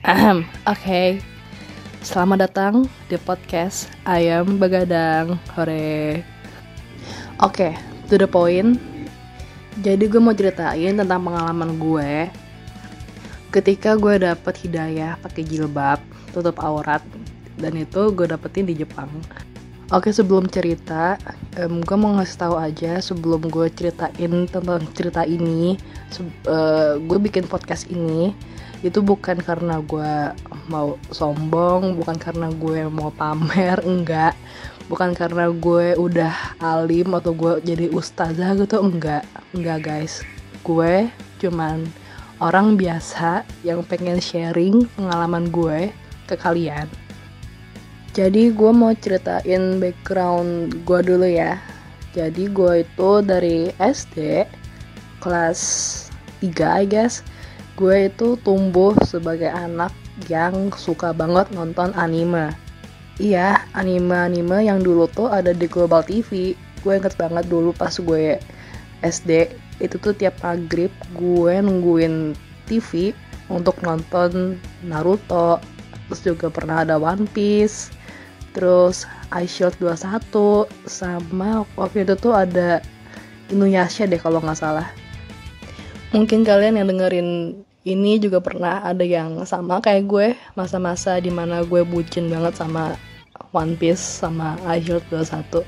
Oke, selamat datang di podcast Ayam Begadang. Hore. Oke, to the point. Jadi gue mau ceritain tentang pengalaman gue ketika gue dapet hidayah pakai jilbab, tutup aurat, dan itu gue dapetin di Jepang. Oke, sebelum cerita, gue mau ngasih tahu aja sebelum gue ceritain tentang cerita ini, gue bikin podcast ini itu bukan karena gue mau sombong, bukan karena gue mau pamer, enggak. Bukan karena gue udah alim atau gue jadi ustazah gitu, enggak guys. Gue cuman orang biasa yang pengen sharing pengalaman gue ke kalian. Jadi gue mau ceritain background gue dulu ya. Jadi gue itu dari SD kelas 3 I guess. Gue itu tumbuh sebagai anak yang suka banget nonton anime. Iya, anime yang dulu tuh ada di Global TV. Gue inget banget dulu pas gue SD, itu tuh tiap maghrib gue nungguin TV untuk nonton Naruto. Terus juga pernah ada One Piece, terus iShield 21, sama waktu itu tuh ada Inuyasha deh kalau nggak salah. Mungkin kalian yang dengerin ini juga pernah ada yang sama kayak gue, masa-masa dimana gue bucin banget sama One Piece sama iShield 21.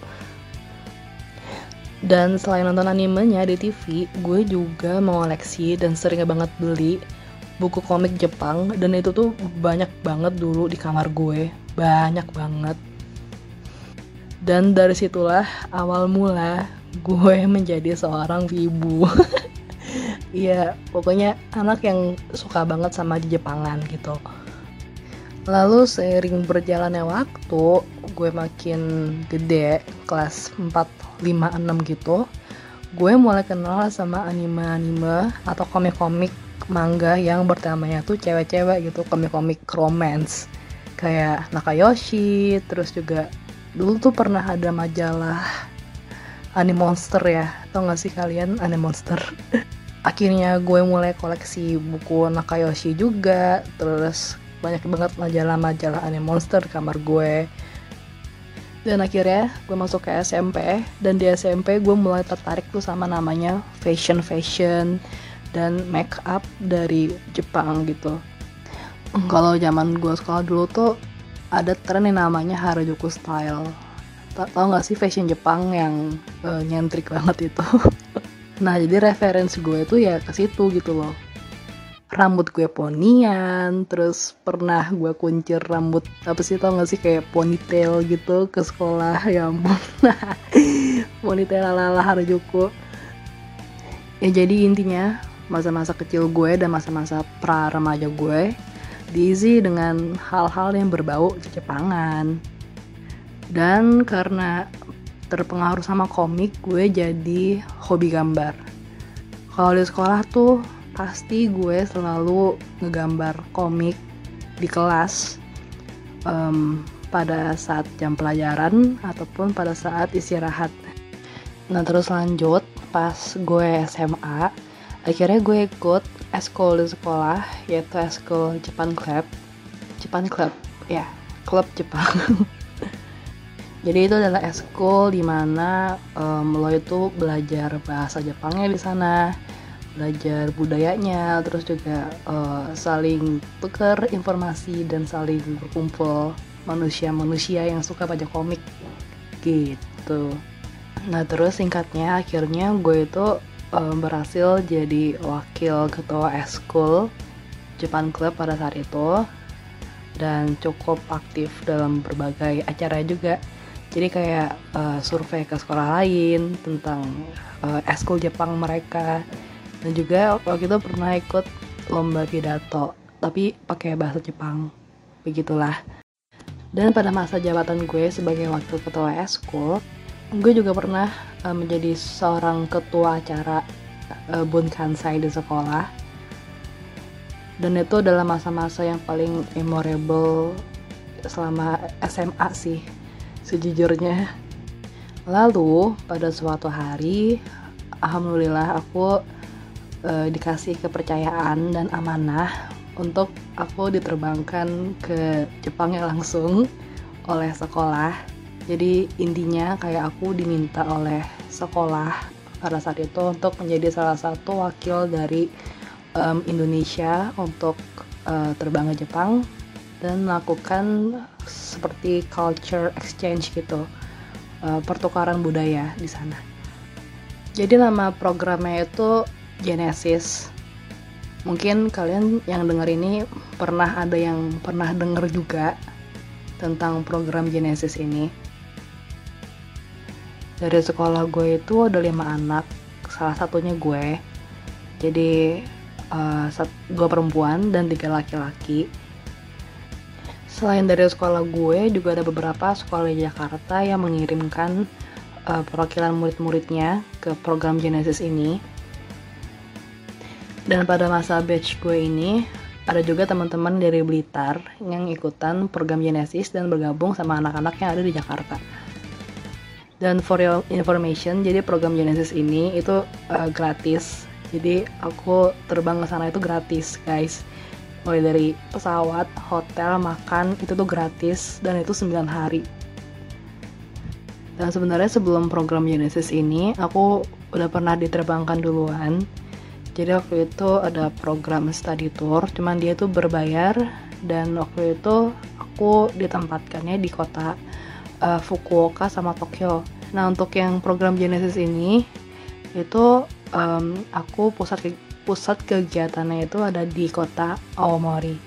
Dan selain nonton animenya di TV, gue juga mengoleksi dan sering banget beli buku komik Jepang, dan itu tuh banyak banget dulu di kamar gue, banyak banget. Dan dari situlah awal mula gue menjadi seorang wibu. Iya, pokoknya anak yang suka banget sama di Jepangan gitu. Lalu seiring berjalannya waktu, gue makin gede, kelas 4, 5, 6 gitu, gue mulai kenal sama anime-anime atau komik-komik manga yang bertemanya tuh cewek-cewek gitu, komik-komik romance. Kayak Nakayoshi, terus juga dulu tuh pernah ada majalah Animonster ya, tau gak sih kalian Animonster? Akhirnya gue mulai koleksi buku Nakayoshi juga, terus banyak banget majalah-majalah Animonster di kamar gue. Dan akhirnya gue masuk ke SMP, dan di SMP gue mulai tertarik tuh sama namanya fashion dan make up dari Jepang gitu. Kalau zaman gue sekolah dulu tuh ada tren yang namanya Harajuku style. Tau gak sih fashion Jepang yang nyentrik banget itu? Nah, jadi referensi gue tuh ya ke situ gitu loh. Rambut gue ponian, terus pernah gue kuncir rambut, apa sih, tau gak sih, kayak ponytail gitu ke sekolah, ya ampun. Ponytail ala-ala Harajuku. Ya jadi intinya, masa-masa kecil gue dan masa-masa pra-remaja gue diisi dengan hal-hal yang berbau Jepangan. Dan karena terpengaruh sama komik, gue jadi hobi gambar. Kalau di sekolah tuh pasti gue selalu ngegambar komik di kelas, pada saat jam pelajaran ataupun pada saat istirahat. Nah terus lanjut pas gue SMA, akhirnya gue ikut eskul di sekolah, yaitu eskul Japan Club ya, klub Jepang. Jadi itu adalah eskul dimana lo itu belajar bahasa Jepangnya di sana, belajar budayanya, terus juga saling tukar informasi dan saling berkumpul manusia-manusia yang suka baca komik gitu. Nah terus singkatnya akhirnya gue itu berhasil jadi wakil ketua eskul Japan Club pada saat itu, dan cukup aktif dalam berbagai acara juga. Jadi kayak survei ke sekolah lain tentang eskul Jepang mereka. Dan juga waktu itu pernah ikut lomba pidato, tapi pakai bahasa Jepang. Begitulah. Dan pada masa jabatan gue sebagai wakil ketua eskul, gue juga pernah menjadi seorang ketua acara bunkansai di sekolah. Dan itu adalah masa-masa yang paling memorable selama SMA sih, sejujurnya. Lalu pada suatu hari, alhamdulillah aku dikasih kepercayaan dan amanah untuk aku diterbangkan ke Jepangnya langsung oleh sekolah. Jadi intinya kayak aku diminta oleh sekolah pada saat itu untuk menjadi salah satu wakil dari Indonesia untuk terbang ke Jepang dan melakukan seperti culture exchange gitu, pertukaran budaya di sana. Jadi nama programnya itu Genesis. Mungkin kalian yang denger ini ada yang pernah denger juga tentang program Genesis ini. Dari sekolah gue itu ada 5 anak, salah satunya gue. Jadi 2 perempuan dan 3 laki-laki. Selain dari sekolah gue, juga ada beberapa sekolah di Jakarta yang mengirimkan perwakilan murid-muridnya ke program Genesis ini. Dan pada masa batch gue ini, ada juga teman-teman dari Blitar yang ikutan program Genesis dan bergabung sama anak-anak yang ada di Jakarta. Dan for your information, jadi program Genesis ini itu gratis. Jadi aku terbang ke sana itu gratis, guys. Mulai dari pesawat, hotel, makan, itu tuh gratis dan itu 9 hari. Dan sebenarnya sebelum program Genesis ini, aku udah pernah diterbangkan duluan. Jadi waktu itu ada program study tour, cuman dia tuh berbayar dan waktu itu aku ditempatkannya di kota Fukuoka sama Tokyo. Nah untuk yang program Genesis ini itu aku pusat kegiatannya itu ada di kota Aomori.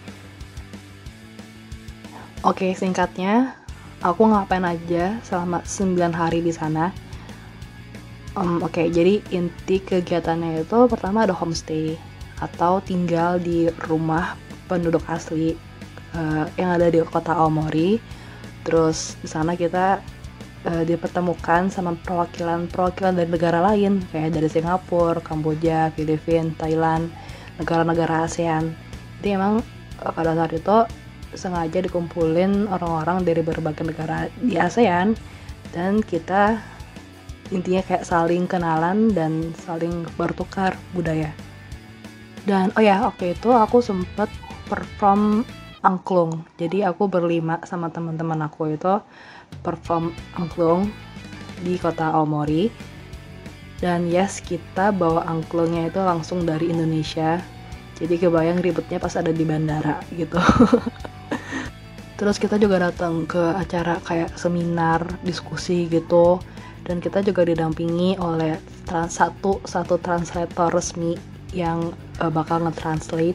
Oke, singkatnya aku ngapain aja selama 9 hari di sana. Oke, jadi inti kegiatannya itu pertama ada homestay atau tinggal di rumah penduduk asli yang ada di kota Aomori. Terus di sana kita dipertemukan sama perwakilan dari negara lain kayak dari Singapura, Kamboja, Filipina, Thailand, negara-negara ASEAN. Jadi emang pada saat itu sengaja dikumpulin orang-orang dari berbagai negara di ASEAN dan kita intinya kayak saling kenalan dan saling bertukar budaya. Dan waktu itu aku sempet perform angklung. Jadi aku berlima sama teman-teman aku itu perform angklung di kota Aomori. Dan yes, kita bawa angklungnya itu langsung dari Indonesia. Jadi kebayang ribetnya pas ada di bandara gitu. Terus kita juga datang ke acara kayak seminar, diskusi gitu. Dan kita juga didampingi oleh satu translator resmi yang bakal nge-translate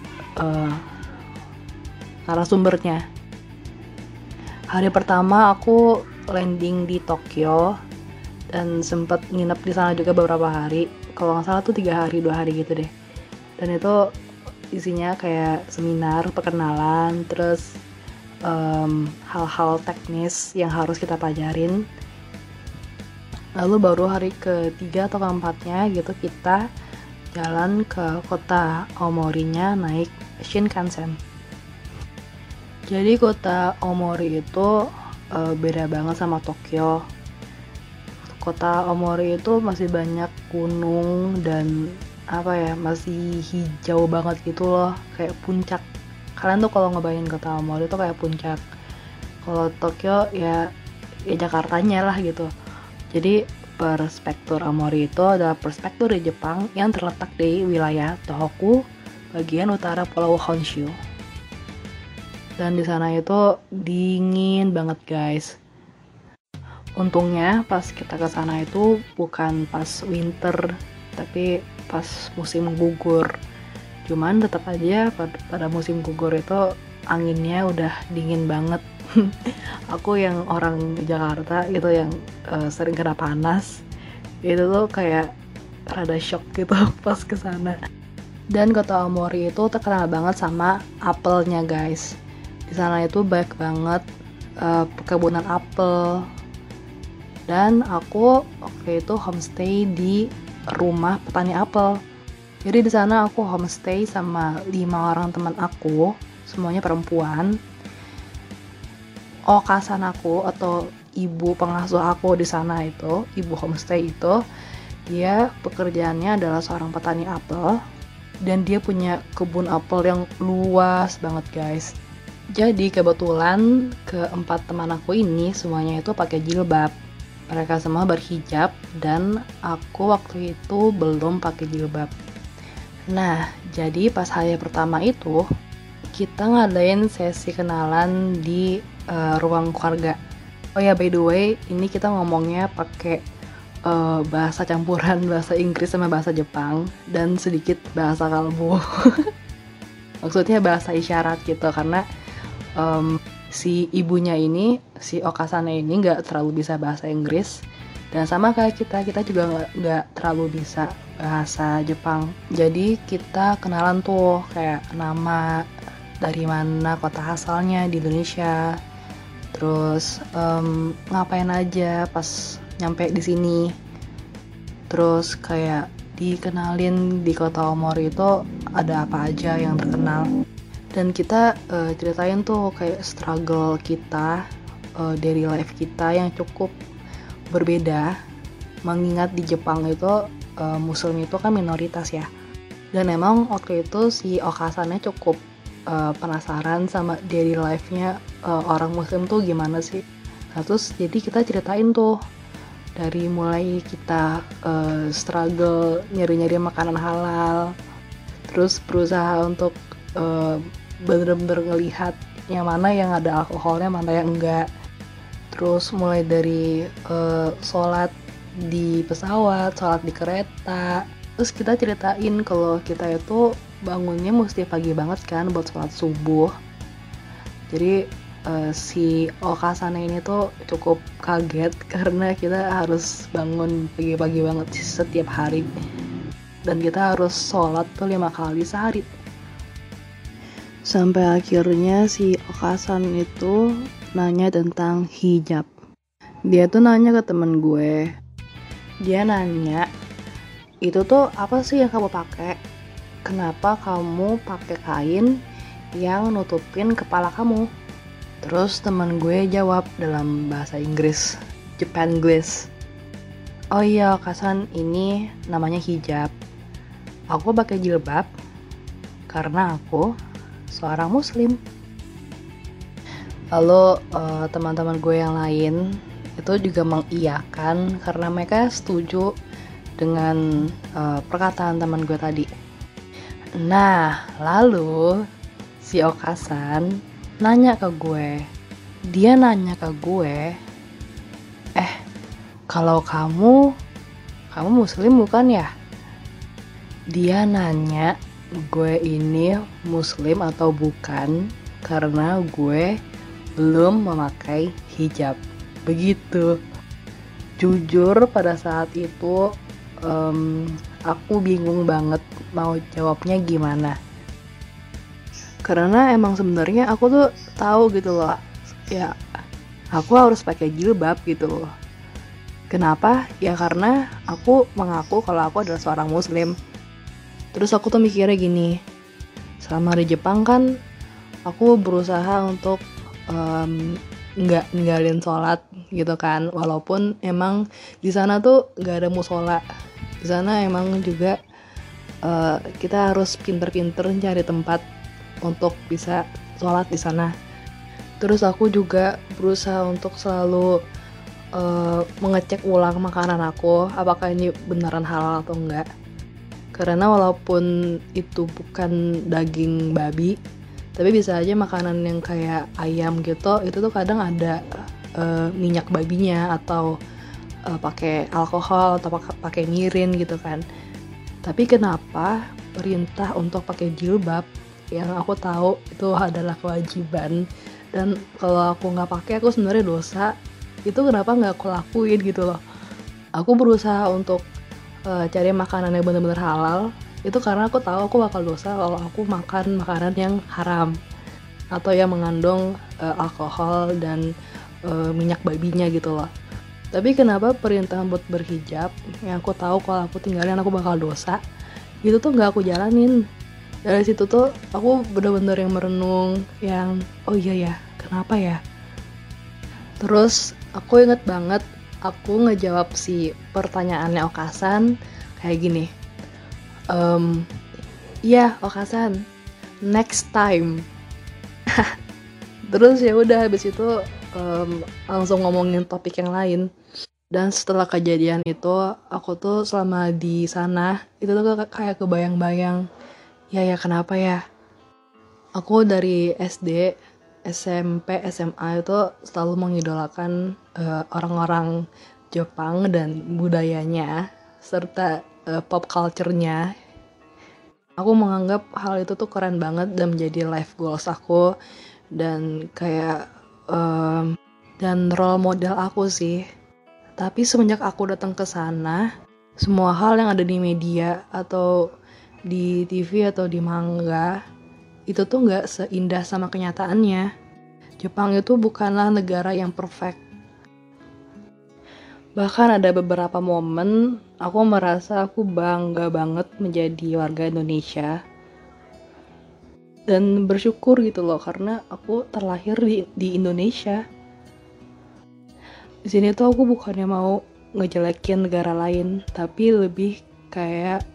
narasumbernya. Hari pertama aku landing di Tokyo dan sempat nginep di sana juga beberapa hari. Kalau nggak salah tuh 3 hari, 2 hari gitu deh. Dan itu isinya kayak seminar, perkenalan, terus hal-hal teknis yang harus kita pelajarin. Lalu baru hari ketiga atau keempatnya gitu kita jalan ke kota Aomorinya naik Shinkansen. Jadi kota Aomori itu beda banget sama Tokyo. Kota Aomori itu masih banyak gunung dan masih hijau banget gitu loh, kayak puncak. Kalian tuh kalau ngebayangin kota Aomori itu kayak puncak. Kalau Tokyo ya Jakartanya lah gitu. Jadi prefektur Aomori itu adalah prefektur di Jepang yang terletak di wilayah Tohoku, bagian utara Pulau Honshu. Dan di sana itu dingin banget, guys. Untungnya pas kita ke sana itu bukan pas winter, tapi pas musim gugur. Cuman tetap aja pada musim gugur itu anginnya udah dingin banget. Aku yang orang Jakarta gitu yang sering kena panas, itu tuh kayak rada shock gitu pas kesana. Dan kota Aomori itu terkenal banget sama apelnya, guys. Di sana itu banyak banget perkebunan apel. Dan aku waktu itu homestay di rumah petani apel. Jadi di sana aku homestay sama 5 orang teman aku, semuanya perempuan. Okasan aku atau ibu pengasuh aku di sana itu, ibu homestay itu, dia pekerjaannya adalah seorang petani apel. dan dia punya kebun apel yang luas banget guys. Jadi kebetulan keempat teman aku ini semuanya itu pakai jilbab. Mereka semua berhijab dan aku waktu itu belum pakai jilbab. Nah, jadi pas hari pertama itu kita ngadain sesi kenalan di ruang keluarga. Oh ya, by the way, ini kita ngomongnya pakai bahasa campuran bahasa Inggris sama bahasa Jepang dan sedikit bahasa kalbu. Maksudnya bahasa isyarat gitu, karena si ibunya ini, si Okasane ini nggak terlalu bisa bahasa Inggris, dan sama kayak kita juga nggak terlalu bisa bahasa Jepang. Jadi kita kenalan tuh kayak nama, dari mana kota asalnya di Indonesia, terus ngapain aja pas nyampe di sini, terus kayak dikenalin di kota Omori itu ada apa aja yang terkenal, dan kita ceritain tuh kayak struggle kita, daily life kita yang cukup berbeda, mengingat di Jepang itu Muslim itu kan minoritas ya, dan emang waktu itu si Okasane cukup penasaran sama daily life-nya orang Muslim tuh gimana sih. Nah, terus jadi kita ceritain tuh dari mulai kita struggle nyari-nyari makanan halal, terus berusaha untuk bener-bener ngelihat yang mana yang ada alkoholnya, mana yang enggak. Terus mulai dari sholat di pesawat, sholat di kereta. Terus kita ceritain kalau kita itu bangunnya mesti pagi banget kan buat sholat subuh. Jadi si Okasane ini tuh cukup kaget karena kita harus bangun pagi-pagi banget setiap hari, dan kita harus sholat tuh 5 kali sehari. Sampai akhirnya si Okasan itu nanya tentang hijab. Dia tuh nanya ke temen gue, dia nanya, itu tuh apa sih yang kamu pakai? Kenapa kamu pakai kain yang nutupin kepala kamu? Terus teman gue jawab dalam bahasa Inggris, Japanglish. Oh iya Kasan, ini namanya hijab. Aku pakai jilbab karena aku seorang muslim. Lalu teman-teman gue yang lain itu juga mengiyakan karena mereka setuju dengan perkataan teman gue tadi. Nah, lalu si Okasan nanya ke gue. Dia nanya ke gue, kalau kamu muslim bukan ya? Dia nanya gue ini muslim atau bukan karena gue belum memakai hijab. Begitu. Jujur pada saat itu aku bingung banget mau jawabnya gimana. Karena emang sebenarnya aku tuh tahu gitu loh, ya aku harus pakai jilbab gitu loh. Kenapa? Ya karena aku mengaku kalau aku adalah seorang muslim. Terus aku tuh mikirnya gini, selama di Jepang kan aku berusaha untuk nggak ninggalin sholat gitu kan, walaupun emang di sana tuh nggak ada musola. Di sana emang juga kita harus pinter-pinter cari tempat untuk bisa sholat di sana. Terus aku juga berusaha untuk selalu mengecek ulang makanan aku, apakah ini beneran halal atau enggak. Karena walaupun itu bukan daging babi, tapi bisa aja makanan yang kayak ayam gitu, itu tuh kadang ada minyak babinya atau pakai alkohol atau pakai mirin gitu kan. Tapi kenapa perintah untuk pakai jilbab yang aku tahu itu adalah kewajiban, dan kalau aku nggak pakai aku sebenarnya dosa, itu kenapa nggak aku lakuin gitu loh. Aku berusaha untuk cari makanan yang benar-benar halal itu karena aku tahu aku bakal dosa kalau aku makan makanan yang haram atau yang mengandung alkohol dan minyak babinya gitu loh. Tapi kenapa perintah buat berhijab yang aku tahu kalau aku tinggalin aku bakal dosa, itu tuh nggak aku jalanin. Dari situ tuh aku bener-bener yang merenung, yang oh iya ya, kenapa ya? Terus aku inget banget aku ngejawab si pertanyaannya Okasan kayak gini, Iya, Okasan, next time. Terus ya udah habis itu langsung ngomongin topik yang lain. Dan setelah kejadian itu, aku tuh selama di sana itu tuh kayak kebayang-bayang, ya kenapa ya? Aku dari SD, SMP, SMA itu selalu mengidolakan orang-orang Jepang dan budayanya serta pop culture-nya. Aku menganggap hal itu tuh keren banget dan menjadi life goals aku dan kayak dan role model aku sih. Tapi semenjak aku datang ke sana, semua hal yang ada di media atau di TV atau di manga itu tuh nggak seindah sama kenyataannya. Jepang itu bukanlah negara yang perfect. Bahkan ada beberapa momen aku merasa aku bangga banget menjadi warga Indonesia dan bersyukur gitu loh karena aku terlahir di Indonesia. Di sini tuh aku bukannya mau ngejelekin negara lain, tapi lebih kayak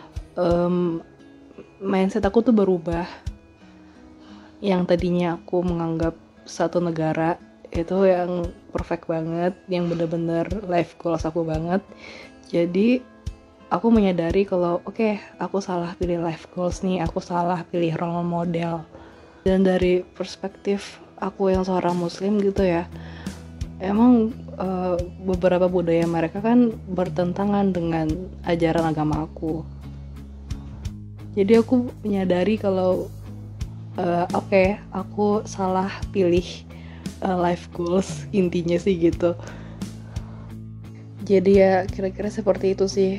mindset aku tuh berubah. Yang tadinya aku menganggap satu negara itu yang perfect banget, yang bener-bener life goals aku banget. Jadi aku menyadari kalau oke, aku salah pilih life goals nih, aku salah pilih role model. Dan dari perspektif aku yang seorang muslim gitu ya, emang beberapa budaya mereka kan bertentangan dengan ajaran agama aku. Jadi aku menyadari kalau oke, aku salah pilih life goals, intinya sih gitu. Jadi ya kira-kira seperti itu sih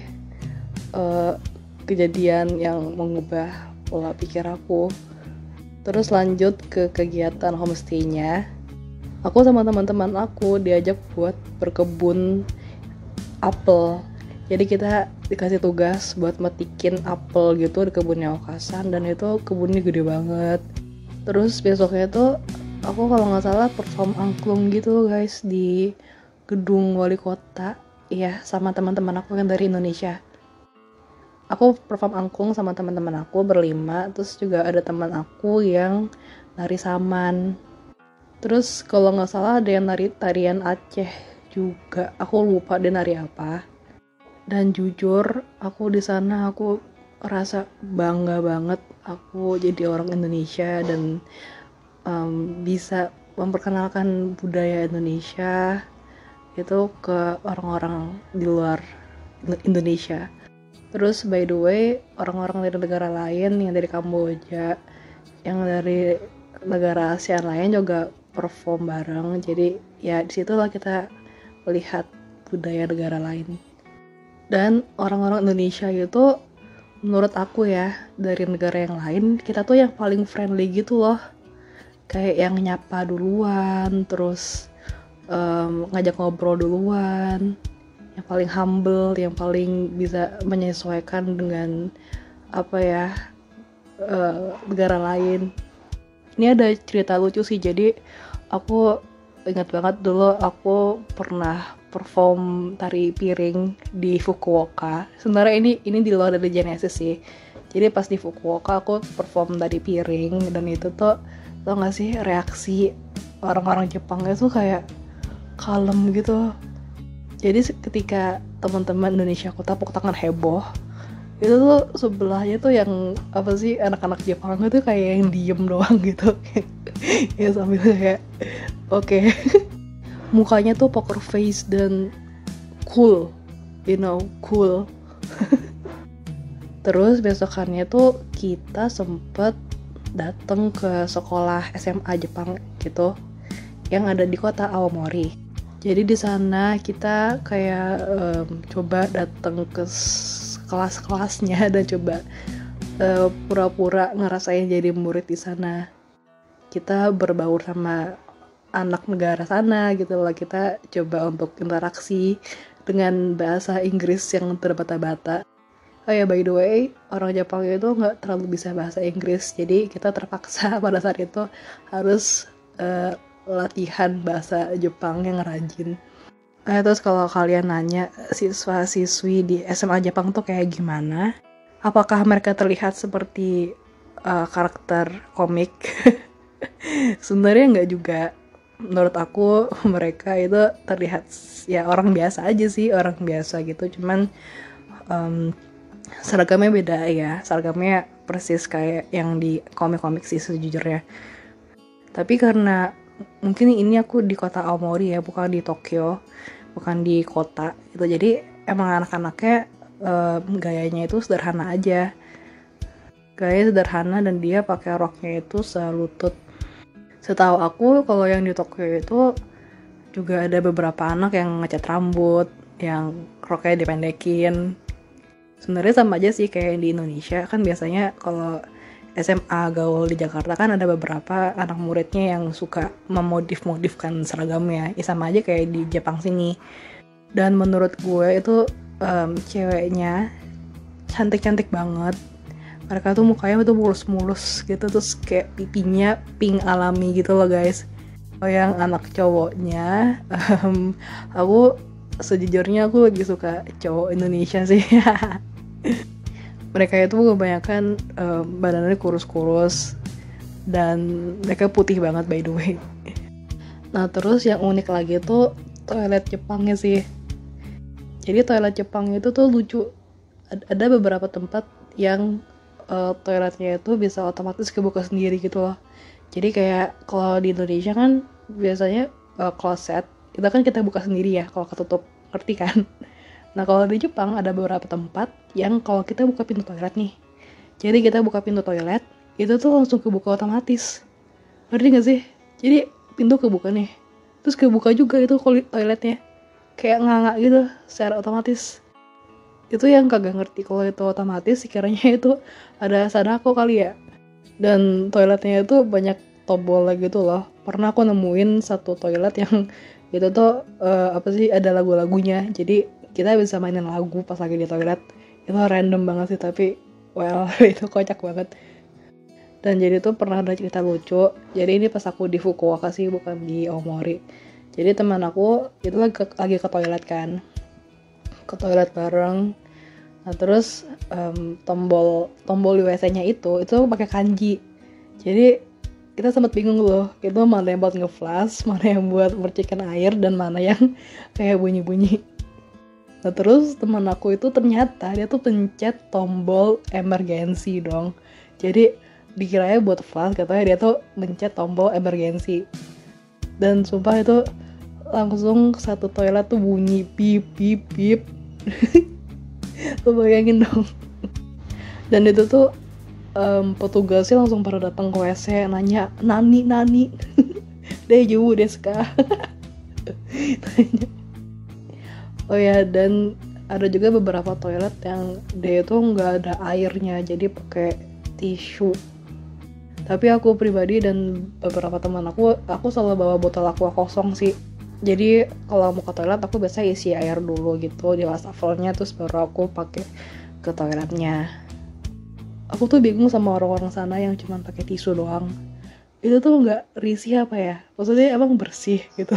kejadian yang mengubah pola pikir aku. Terus lanjut ke kegiatan homestay-nya. Aku sama teman-teman aku diajak buat berkebun apel. Jadi kita dikasih tugas buat metikin apel gitu di kebunnya Okasan, dan itu kebunnya gede banget. Terus besoknya tuh aku kalau nggak salah perform angklung gitu guys di gedung wali kota, iya, sama teman-teman aku yang dari Indonesia. Aku perform angklung sama teman-teman aku berlima, terus juga ada teman aku yang nari saman. Terus kalau nggak salah ada yang nari tarian Aceh juga, aku lupa dia nari apa. Dan jujur aku di sana aku rasa bangga banget aku jadi orang Indonesia dan bisa memperkenalkan budaya Indonesia itu ke orang-orang di luar Indonesia. Terus by the way, orang-orang dari negara lain yang dari Kamboja, yang dari negara ASEAN lain juga perform bareng. Jadi ya disitulah kita melihat budaya negara lain. Dan orang-orang Indonesia gitu, menurut aku ya, dari negara yang lain, kita tuh yang paling friendly gitu loh. Kayak yang nyapa duluan, terus ngajak ngobrol duluan, yang paling humble, yang paling bisa menyesuaikan dengan negara lain. Ini ada cerita lucu sih, jadi aku ingat banget dulu aku pernah perform tari piring di Fukuoka. Sebenarnya ini di luar dari Genesis sih. Jadi pas di Fukuoka aku perform tari piring, dan itu tuh tau gak sih reaksi orang-orang Jepangnya tuh kayak kalem gitu. Jadi ketika teman-teman Indonesia aku tepuk tangan heboh, itu tuh sebelahnya tuh yang anak-anak Jepang itu kayak yang diem doang gitu. Ya sambil kayak oke. Mukanya tuh poker face dan cool, cool. Terus besokannya tuh kita sempet datang ke sekolah SMA Jepang gitu yang ada di kota Aomori. Jadi di sana kita kayak coba datang ke kelas-kelasnya dan coba pura-pura ngerasain jadi murid di sana. Kita berbaur sama anak negara sana gitu lah, kita coba untuk interaksi dengan bahasa Inggris yang terbata-bata. Oh ya, by the way, orang Jepang itu nggak terlalu bisa bahasa Inggris, jadi kita terpaksa pada saat itu harus latihan bahasa Jepang yang rajin. Terus kalau kalian nanya siswa-siswi di SMA Jepang tuh kayak gimana, Apakah mereka terlihat seperti karakter komik? Sebenarnya nggak juga. Menurut aku mereka itu terlihat ya orang biasa aja sih, orang biasa gitu. Cuman seragamnya beda ya. Seragamnya persis kayak yang di komik-komik sih sejujurnya. Tapi karena mungkin ini aku di kota Aomori ya, bukan di Tokyo, bukan di kota gitu. Jadi emang anak-anaknya gayanya itu sederhana aja. Gaya sederhana dan dia pakai roknya itu selutut. Setahu aku kalau yang di Tokyo itu juga ada beberapa anak yang ngecat rambut, yang roknya dipendekin. Sebenarnya sama aja sih kayak di Indonesia, kan biasanya kalau SMA gaul di Jakarta kan ada beberapa anak muridnya yang suka memodif-modifkan seragamnya. Ya sama aja kayak di Jepang sini. Dan menurut gue itu ceweknya cantik-cantik banget. Mereka tuh mukanya tuh mulus-mulus gitu, terus kayak pipinya pink alami gitu loh guys. Kalau yang anak cowoknya, aku sejujurnya aku lebih suka cowok Indonesia sih. Mereka itu kebanyakan badannya kurus-kurus dan mereka putih banget by the way. Nah terus yang unik lagi tuh toilet Jepangnya sih. Jadi toilet Jepang itu tuh lucu. Ada beberapa tempat yang toiletnya itu bisa otomatis kebuka sendiri gitu loh. Jadi kayak kalau di Indonesia kan biasanya kloset itu kan kita buka sendiri ya kalau ketutup, ngerti kan? Nah kalau di Jepang ada beberapa tempat yang kalau kita buka pintu toilet nih, jadi kita buka pintu toilet itu tuh langsung kebuka otomatis, ngerti gak sih? Jadi pintu kebuka nih, terus kebuka juga itu toiletnya, kayak nganga gitu secara otomatis. Itu yang kagak ngerti kalau itu otomatis, sekiranya itu ada Sadako kali ya. Dan toiletnya itu banyak tombol gitu loh. Pernah aku nemuin satu toilet yang itu tuh ada lagu-lagunya. Jadi kita bisa mainin lagu pas lagi di toilet. Itu random banget sih, tapi well itu kocak banget. Dan jadi tuh pernah ada cerita lucu. Jadi ini pas aku di Fukuoka sih, bukan di Aomori. Jadi teman aku itu lagi ke toilet kan, ke toilet bareng. Nah terus tombol di WC-nya itu pakai kanji. Jadi kita sempat bingung loh, itu mana yang buat nge-flash, mana yang buat mercikan air, dan mana yang kayak bunyi-bunyi. Nah terus teman aku itu ternyata dia tuh pencet tombol emergency dong. Jadi dikiranya buat flash, katanya dia tuh mencet tombol emergency. Dan sumpah itu langsung satu toilet tuh bunyi bip bip bip. Lo bayangin dong. Dan itu tuh petugasnya langsung pada datang ke WC nanya nani deju desu ka. Oh ya, dan ada juga beberapa toilet yang dia itu nggak ada airnya, jadi pakai tisu. Tapi aku pribadi dan beberapa teman aku selalu bawa botol aqua kosong sih. Jadi kalau mau ke toilet aku biasa isi air dulu gitu di wastafelnya, terus baru aku pakai ke toiletnya. Aku tuh bingung sama orang-orang sana yang cuma pakai tisu doang. Itu tuh nggak risih apa ya? Maksudnya emang bersih gitu.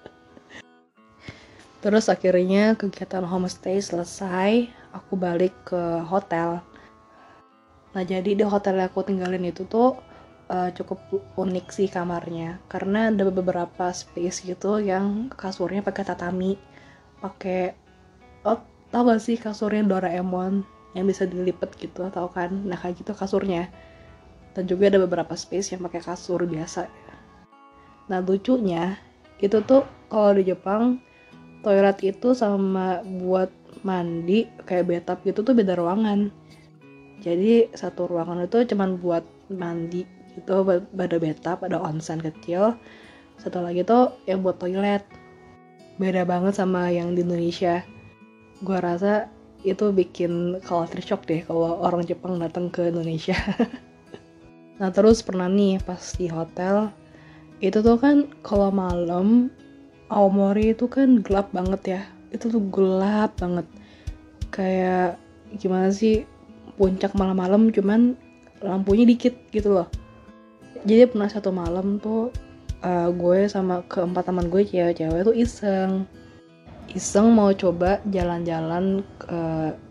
Terus akhirnya kegiatan homestay selesai, aku balik ke hotel. Nah jadi di hotel yang aku tinggalin itu tuh cukup unik sih kamarnya, karena ada beberapa space gitu yang kasurnya pakai tatami, pakai tau gak sih kasurnya Doraemon yang bisa dilipat gitu, tau kan? Nah kayak gitu kasurnya. Dan juga ada beberapa space yang pakai kasur biasa. Nah lucunya itu tuh kalau di Jepang toilet itu sama buat mandi kayak bathtub gitu tuh beda ruangan. Jadi satu ruangan itu cuman buat mandi gitu, ada bathtub, ada onsen kecil. Satu lagi tuh yang buat toilet. Beda banget sama yang di Indonesia. Gua rasa itu bikin culture shock deh kalau orang Jepang datang ke Indonesia. Nah terus pernah nih pas di hotel itu tuh kan kalau malam Aomori itu kan gelap banget ya. Itu tuh gelap banget. Kayak gimana sih, puncak malam-malam cuman lampunya dikit gitu loh. Jadi pernah satu malam tuh gue sama keempat teman gue cewek-cewek tuh iseng mau coba jalan-jalan ke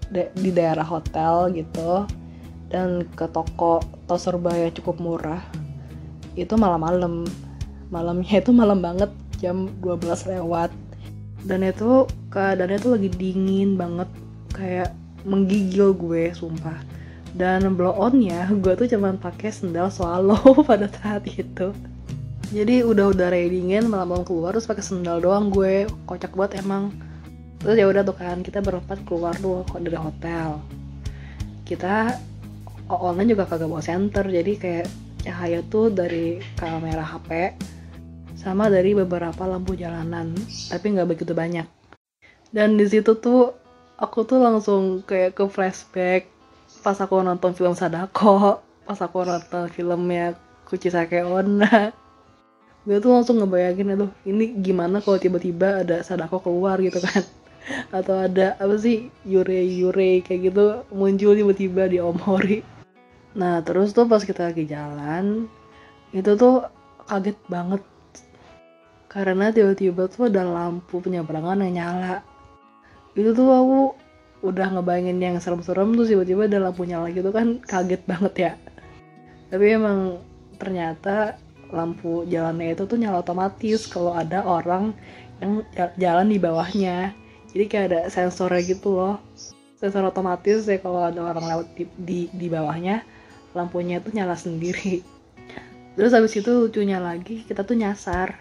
di daerah hotel gitu, dan ke toko tos serba yang cukup murah. Itu malamnya itu malam banget, jam 12 lewat, dan itu keadaannya tuh lagi dingin banget, kayak menggigil gue sumpah. Dan blow onnya gue tuh cuman pakai sendal swallow pada saat itu. Jadi udah dingin, malam-malam keluar terus pakai sendal doang gue, kocak banget emang. Terus ya udah tuh kan, kita berempat keluar tuh dari hotel. Kita online juga kagak bawa senter, jadi kayak cahaya tuh dari kamera HP sama dari beberapa lampu jalanan, tapi nggak begitu banyak. Dan di situ tuh aku tuh langsung kayak ke flashback pas aku nonton film Sadako, pas aku nonton filmnya Kuchisake Onna. Gue tuh langsung ngebayangin, aduh ini gimana kalau tiba-tiba ada Sadako keluar gitu kan, atau ada apa sih Yurei kayak gitu muncul tiba-tiba di Omori. Nah terus tuh pas kita lagi jalan itu tuh kaget banget karena tiba-tiba tuh ada lampu penyeberangan yang nyala. Itu tuh aku udah ngebayangin yang serem-serem, tuh tiba-tiba ada lampu nyala gitu kan, kaget banget ya. Tapi emang ternyata lampu jalannya itu tuh nyala otomatis kalau ada orang yang jalan di bawahnya. Jadi kayak ada sensornya gitu loh, sensor otomatis ya, kalau ada orang lewat di bawahnya lampunya tuh nyala sendiri. Terus habis itu lucunya lagi, kita tuh nyasar.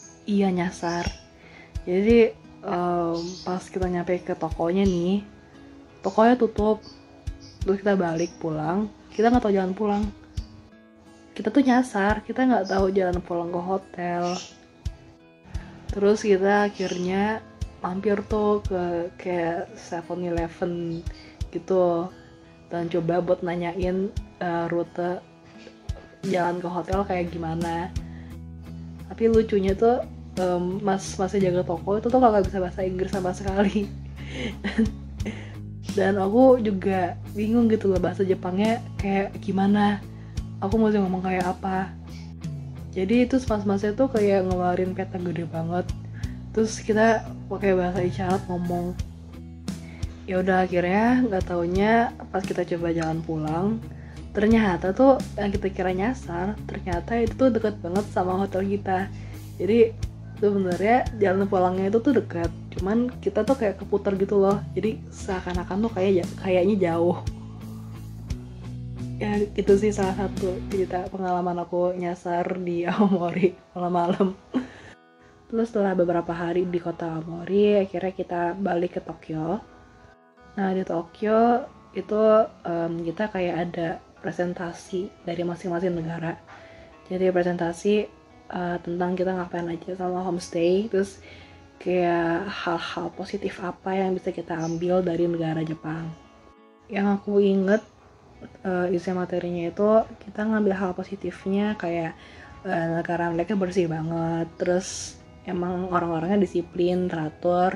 Jadi pas kita nyampe ke tokonya nih, tokonya tutup. Terus kita balik pulang, kita nggak tahu jalan pulang. Kita tuh nyasar, kita nggak tahu jalan pulang ke hotel. Terus kita akhirnya mampir tuh ke kayak 7-Eleven gitu, dan coba buat nanyain rute jalan ke hotel kayak gimana. Tapi lucunya tuh masnya jaga toko itu tuh gak bisa bahasa Inggris sama sekali. Dan aku juga bingung gitu loh, bahasa Jepangnya kayak gimana, aku mesti ngomong kayak apa. Jadi itu mas-masnya tuh kayak ngeluarin peta gede banget, terus kita pakai bahasa isyarat ngomong. Ya udah akhirnya nggak taunya pas kita coba jalan pulang, ternyata tuh yang kita kira nyasar, ternyata itu tuh deket banget sama hotel kita. Jadi sebenarnya jalan pulangnya itu tuh dekat, cuman kita tuh kayak keputar gitu loh, jadi seakan-akan tuh kayaknya jauh. Ya itu sih salah satu cerita pengalaman aku nyasar di Aomori malam-malam. Terus setelah beberapa hari di kota Aomori, akhirnya kita balik ke Tokyo. Nah di Tokyo itu kita kayak ada presentasi dari masing-masing negara. Jadi presentasi tentang kita ngapain aja sama homestay, terus kayak hal-hal positif apa yang bisa kita ambil dari negara Jepang. Yang aku inget isi materinya itu kita ngambil hal positifnya, kayak negara mereka bersih banget, terus emang orang-orangnya disiplin, teratur,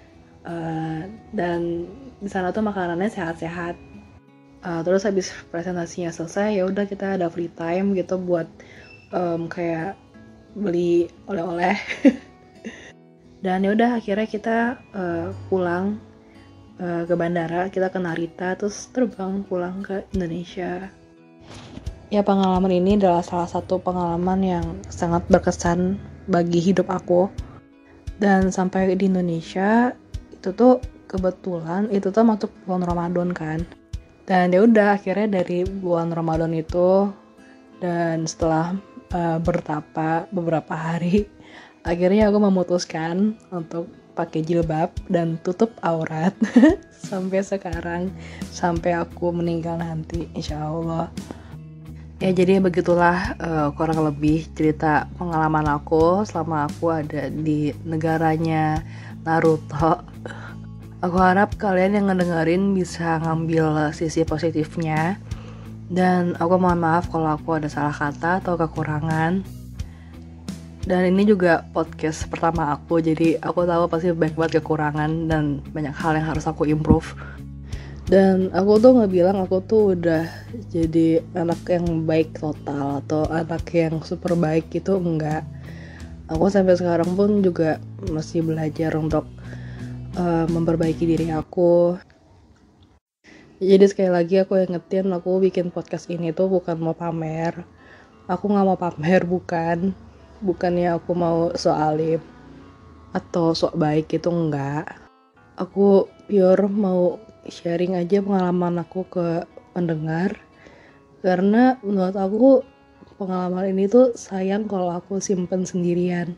dan di sana tuh makanannya sehat-sehat. Terus habis presentasinya selesai, ya udah kita ada free time gitu buat kayak beli oleh-oleh. Dan ya udah akhirnya kita pulang ke bandara, kita ke Narita, terus terbang pulang ke Indonesia. Ya pengalaman ini adalah salah satu pengalaman yang sangat berkesan bagi hidup aku. Dan sampai di Indonesia itu tuh kebetulan itu tuh masuk bulan Ramadan kan. Dan ya udah akhirnya dari bulan Ramadan itu, dan setelah bertapa beberapa hari, akhirnya aku memutuskan untuk pakai jilbab dan tutup aurat sampai sekarang, sampai aku meninggal nanti insyaallah. Ya jadi begitulah kurang lebih cerita pengalaman aku selama aku ada di negaranya Naruto. Aku harap kalian yang ngedengerin bisa ngambil sisi positifnya, dan aku mohon maaf kalau aku ada salah kata atau kekurangan. Dan ini juga podcast pertama aku, jadi aku tahu pasti banyak banget kekurangan dan banyak hal yang harus aku improve. Dan aku tuh gak bilang aku tuh udah jadi anak yang baik total atau anak yang super baik gitu, enggak. Aku sampai sekarang pun juga masih belajar untuk memperbaiki diri aku. Jadi sekali lagi aku ingetin, aku bikin podcast ini tuh bukan mau pamer. Aku gak mau pamer, bukannya aku mau sok alim atau sok baik, itu enggak. Aku pure mau sharing aja pengalaman aku ke pendengar, karena menurut aku pengalaman ini tuh sayang kalau aku simpen sendirian.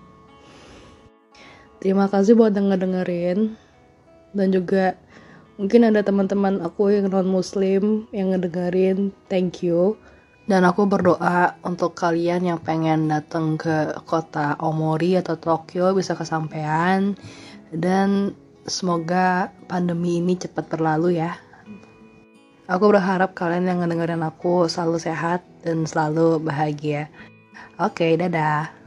Terima kasih buat dengerin, dan juga mungkin ada teman-teman aku yang non muslim yang ngedengerin, thank you. Dan aku berdoa untuk kalian yang pengen datang ke kota Omori atau Tokyo bisa kesampaian, dan semoga pandemi ini cepat berlalu ya. Aku berharap kalian yang ngedengerin aku selalu sehat dan selalu bahagia. Oke, dadah.